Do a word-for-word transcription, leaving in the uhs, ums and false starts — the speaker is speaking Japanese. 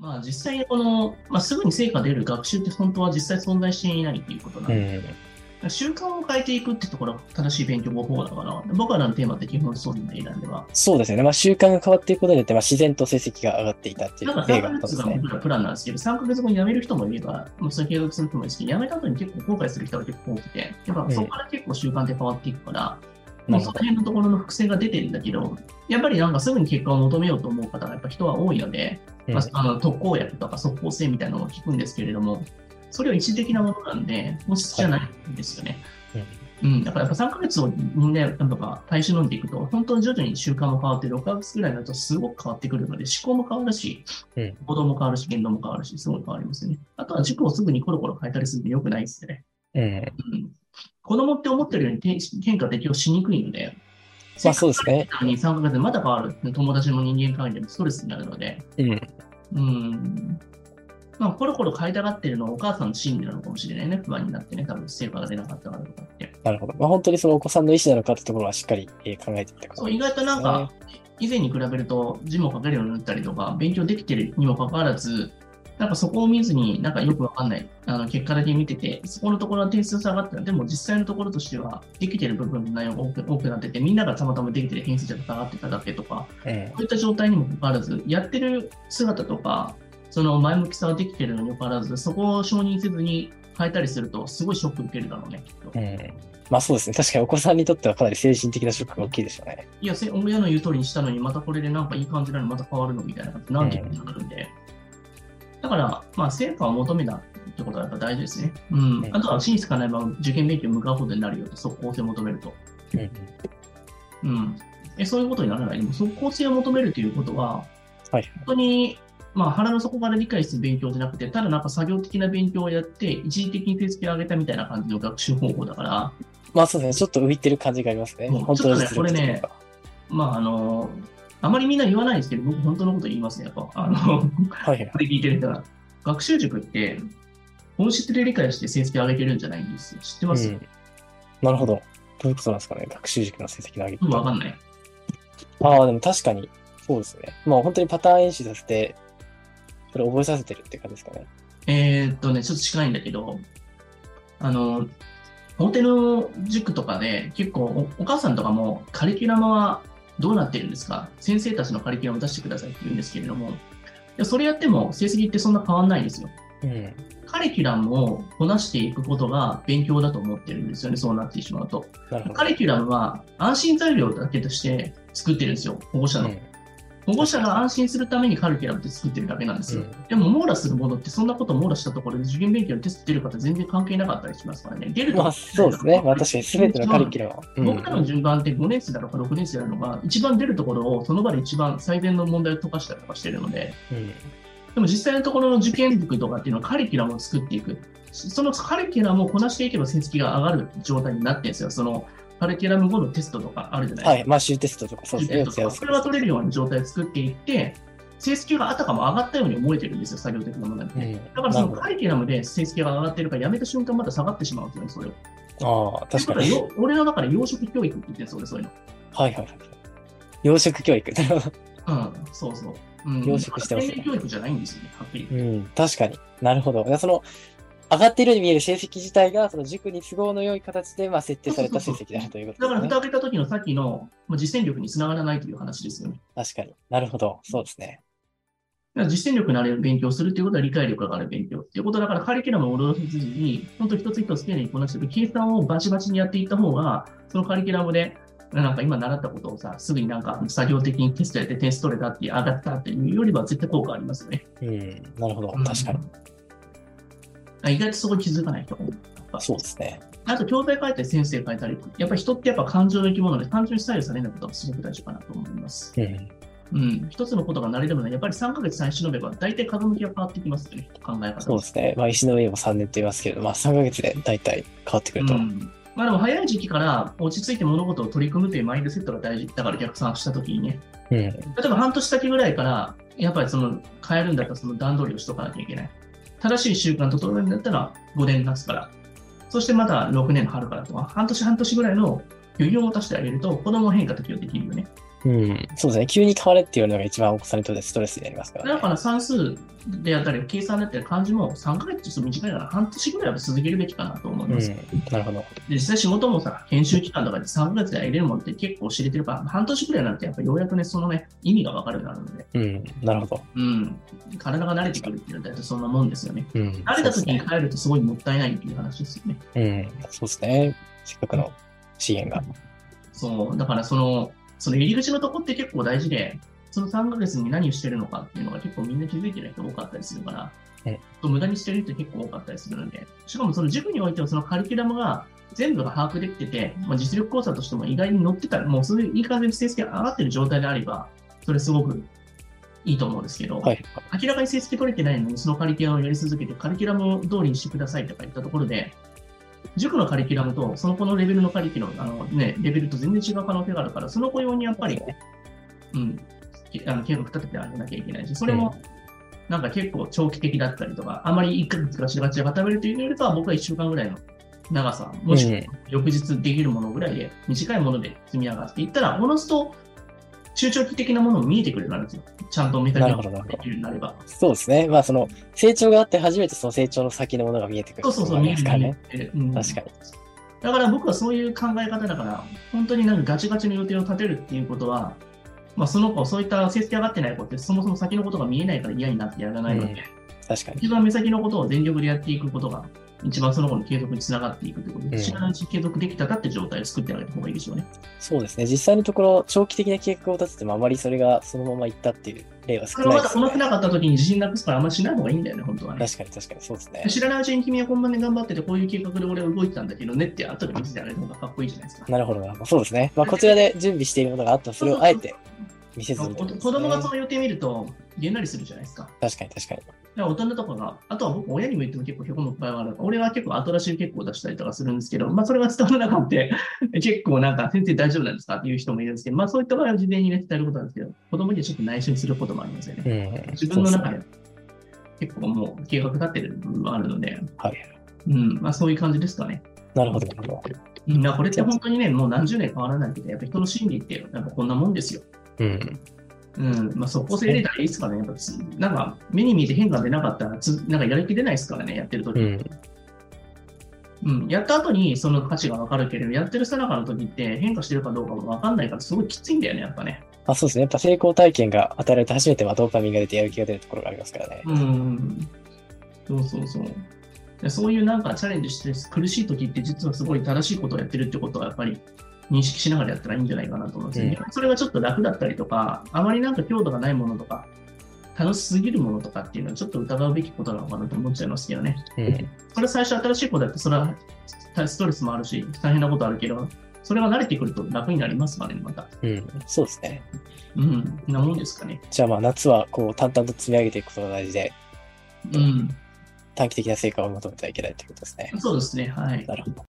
まあ実際この、まあ、すぐに成果出る学習って本当は実際存在していないということなんで、 うん。 習慣を変えていくってところが正しい勉強方法だから、僕らのテーマって基本そういうので選んでは。 そうですよね。まあ習慣が変わっていくことによって、まあ自然と成績が上がっていたっていなんか3 う例があっヶたんですね。 月が僕らプランなんですけど、さんかげつごに辞める人もいれば、もうそれ継続する人もいるんですけど、辞めた後に結構後悔する人が結構多くて、やっぱうん。 そこから結構習慣って変わっていくから、もうそのなるほど。 辺のところの複製が出てるんだけど、やっぱりなんかすぐに結果を求めようと思う方がやっぱ人は多いので、まあ、 うん。 あの特効薬とか即効性みたいなのを聞くんですけれども、それは一時的なものなんで、本質はい。 じゃないんですよね。 うん。 うん、だからやっぱさんかげつをみんななんとか耐え忍んでいくと、本当に徐々に習慣も変わって、ろっかげつぐらいになるとすごく変わってくるので、思考も変わるし、 うん。 行動も変わるし、言動も変わるし、すごい変わりますね。あとは軸をすぐにコロコロ変えたりするの良くないですね。 うん。 うん、子供って思ってるように変化適応しにくいので、 まあせっかくそうですね。 変えたのにさんかげつでまた変わる。友達も人間関係でもストレスになるので、 うん。 うん。まあ、コロコロ変えたがってるのはお母さんの心理なのかもしれないね。不安になってね。多分成果が出なかったからとかって。 なるほど。まあ本当にそのお子さんの意思なのかってところはしっかりえー考えていった方そう、意外とがいいですなんか、 ね。 以前に比べると字も書けるようになったりとか、勉強できてるにもかかわらず、なんかそこを見ずに、なんかよくわかんない、あの、結果だけ見てて、そこのところは点数下がってる。でも実際のところとしては、できてる部分の内容が多く多くなってて、みんながたまたまできてる点数じゃ下がってただけとか、 うん。 そういった状態にもかかわらず、やってる姿とか、その前向きさができてるのにもかかわらず、そこを承認せずに変えたりすると、すごいショック受けるだろうね、きっと。 うん。まあそうですね。確かにお子さんにとってはかなり精神的なショックが大きいでしょうね。 いや、せ親の言う通りにしたのに、またこれでなんかいい感じなのにまた変わるのみたいな感じで何件もうん。 あるんで。だから、まあ、成果を求めたってことはやっぱ大事ですね。うん。 うん。 あとは、真実かないば受験勉強に向かうことになるよと、即効性を求めると。 うん。 うん。え、そういうことにならない。でも、即効性を求めるということは、 はい。 本当に、まあ、腹の底から理解する勉強じゃなくて、ただなんか作業的な勉強をやって、一時的に成績を上げたみたいな感じの学習方法だから、 まあそうですね。ちょっと浮いてる感じがありますね。 もうちょっとね、 本当の実これね、 力というか。 まあ、あの、あまりみんな言わないですけど、僕本当のこと言いますね、やっぱ。あの、 はいはいはい。 これ聞いてる人は。学習塾って、本質で理解して成績上げてるんじゃないんですよ。知ってます？ うん。なるほど。どういうことなんですかね。学習塾の成績の上げって。 わかんない。 ああ、でも確かに、そうですね。まあ本当にパターン演習させて、それ覚えさせてるって感じですかね。 えーっとね、ちょっと近いんだけど、あの、大手の塾とかで結構お、お母さんとかもカリキュラムはどうなってるんですか、先生たちのカリキュラムを出してくださいって言うんですけれども、いやそれやっても成績ってそんな変わんないんですよ。 うん。 カリキュラムをこなしていくことが勉強だと思ってるんですよね、そうなってしまうと。 なるほど。 カリキュラムは安心材料だけとして作ってるんですよ、保護者の。 うん。 保護者確かに。 が安心するためにカリキュラムって作ってるだけなんですよ。 うん。 でも、網羅するものってそんなことを網羅したところで受験勉強にテスト出る方全然関係なかったりしますからね。出るとまあこ出ないそうですね。 とこまあ確かに全てのカリキュラムは。うん。 僕らの順番ってごねん生だろうかろくねん生だろうが、一番出るところをその場で一番最善の問題を解かしたりとかしてるので、 うん。 でも実際のところの受験塾とかっていうのはカリキュラムを作っていく。そのカリキュラムをこなしていけば成績が上がる状態になってるんですよ。そのカリキュラム後のテストとかあるじゃないですか。 はい。まあ集テストとかそうですね。四谷大受験とか。それは塚ですね。 取れるような状態を作っていって、成績があたかも上がったように思えてるんですよ、作業的なもので。 うん。 だからそなるほど。 のカリキュラムで成績が上がってるから、やめた瞬間また下がってしまうんですよね、それを。 ああ、確かに。 ということはよ、俺の中で養殖教育って言ってるんですよ、そういうの。 はいはいはい。養殖教育。 うん、そうそう。う養ん、だから天殖してますね。 然教育じゃないんですよね、はっきり言って。 うん。確かに。なるほど。その、上がっているように見える成績自体が、その塾に都合の良い形で、まあ、設定そうされたそうそうそう。 成績であるということだから蓋ですね。 開けた時のさっきのまあ実践力につながらないという話ですよね。 確かに。なるほど。そうですね。 だから実践力のある勉強をするということは理解力がある勉強っていうことだからカリキュラムを踊らせずに、本当一つ一つ丁寧にこなしていく計算をバチバチにやっていった方が、そのカリキュラムで、なんか今習ったことをさ、すぐになんか作業的にテストやって点数取れたって上がったっていうよりは絶対効果ありますよね。 うん。なるほど。 うん、 確かに。 意外とそこに気づかない人が多い。やっぱそうですね。 あと、教材変えたり先生変えたり、やっぱり人ってやっぱ感情の生き物で感情に左右されないことがすごく大事かなと思います。 うん。 うん。一つのことが慣れるのは、やっぱりさんかげつさえ忍べば、大体風向きが変わってきますよね。考え方も。 そうですね。まあ、石の上もさんねんと言いますけれど、まあ、さんかげつで大体変わってくると。 うん。まあでも早い時期から落ち着いて物事を取り組むというマインドセットが大事だから逆算したときにね。 うん。 例えば半年先ぐらいから、やっぱりその変えるんだったらその段取りをしとかなきゃいけない。正しい習慣整えるんだったらごねん経つから。そしてまたろくねんの春からとか、半年半年ぐらいの余裕を持たせてあげると、子供も変化適応できるよね。 うん。そうですね。急に変われっていうのが一番お子さんにとってストレスになりますからね。 だから算数であったり、計算だったり、漢字もさんかげつちょっと短いから半年ぐらいは続けるべきかなと思います。 うん。なるほど。 で実際仕事もさ、研修期間とかでさんかげつで入れるものって結構知れてるから、半年ぐらいになるとやっぱようやくね、そのね、意味がわかるようになるので。 うん。なるほど。 うん。体が慣れてくるっていうのは大体そんなもんですよね。 うん。 慣れた時に帰るとすごいもったいないっていう話ですよね。 うん。そうですね。せっかくの資源が。 そう、だからその、その入り口のとこって結構大事で、そのさんかげつに何をしてるのかっていうのが結構みんな気づいてない人多かったりするから、うん、無駄にしてる人結構多かったりするので、しかもその塾においてはそのカリキュラムが全部が把握できてて、まあ、実力講座としても意外に載ってたら、もうそういういい感じに成績が上がってる状態であれば、それすごくいいと思うんですけど、はい、明らかに成績取れてないのにそのカリキュラムをやり続けて、カリキュラム通りにしてくださいとか言ったところで、塾のカリキュラムとその子のレベルのカリキュラム、あのね、レベルと全然違う可能性があるから、その子用にやっぱり、うん、あの計画立ててあげなきゃいけないし、それもなんか結構長期的だったりとか、あまりいっかげつかしがちで固めるというよりかは、僕はいっしゅうかんぐらいの長さ、もしくは翌日できるものぐらいで、短いもので積み上がっていったら、おのずと中長期的なものも見えてくるようになるんですよ。ちゃんとメタ認知できるようになれば。 そうですね。まあ、その成長があって初めてその成長の先のものが見えてくる。 そうそうそう、見えてくる。 うん、確かに。 だから僕はそういう考え方だから、本当になんかガチガチの予定を立てるっていうことは、まあ、その子、そういった成績上がってない子って、そもそも先のことが見えないから嫌になってやらないので、うん、 確かに。 一番目先のことを全力でやっていくことが、一番その子の継続につながっていくということで、知らないうちに継続できたかって状態を作ってあげた方がいいでしょうね。 そうですね。実際のところ、長期的な計画を立てても、あまりそれがそのままいったっていう例は少ないです、ね。 それまたうまくなかった時に自信なくすから、あんまりしない方がいいんだよね、本当はね。 確かに確かに、そうですね。 知らないうちに君は今晩で頑張ってて、こういう計画で俺は動いてたんだけどねって後で見せてあげる方がかっこいいじゃないですか。 なるほどな。そうですね。まあ、こちらで準備しているものがあったら、それをあえて見せずに、ね。 子供がその予定見ると、げんなりするじゃないですか。 確かに確かに。 大人とかが、あとは僕、親にも言っても結構へこむ場合がある。俺は結構後出し結構出したりとかするんですけど、まあそれが伝わらなくて、結構なんか先生大丈夫なんですかっていう人もいるんですけど、まあそういった場合は事前にね、伝えることなんですけど、子供にはちょっと内緒にすることもありますよね。うん、自分の中で結構もう計画立ってる部分があるので、はい。うん、まあそういう感じですかね。 なるほど、なるほど。 うん、これって本当にね、もう何十年変わらないけど、やっぱ人の心理ってやっぱこんなもんですよ。うん。うん、まあ、即効性入れたらいいですからね。やっぱなんか、目に見えて変化出なかったらつ、なんかやる気出ないですからね、やってるとき、うんうん。やった後にその価値がわかるけれど、やってるさなかのときって変化してるかどうかもわかんないから、すごいきついんだよね、やっぱね。 あ、そうですね。やっぱ成功体験が与えられて初めてはドーパミンが出てやる気が出るところがありますからね。うん。 そうそうそう。そういうなんかチャレンジして苦しいときって実はすごい正しいことをやってるってことはやっぱり、認識しながらやったらいいんじゃないかなと思うんですよね。うん、それがちょっと楽だったりとか、あまりなんか強度がないものとか、楽しすぎるものとかっていうのはちょっと疑うべきことなのかなと思っちゃいますけどね。うん、それ最初新しいことやって、それはストレスもあるし、大変なことあるけど、それが慣れてくると楽になりますからね、また。 うん、そうですね。 うん、なもんですかね。 じゃあまあ夏はこう淡々と積み上げていくことが大事で、 うん、 短期的な成果を求めてはいけないということですね。 そうですね、はい。 なるほど。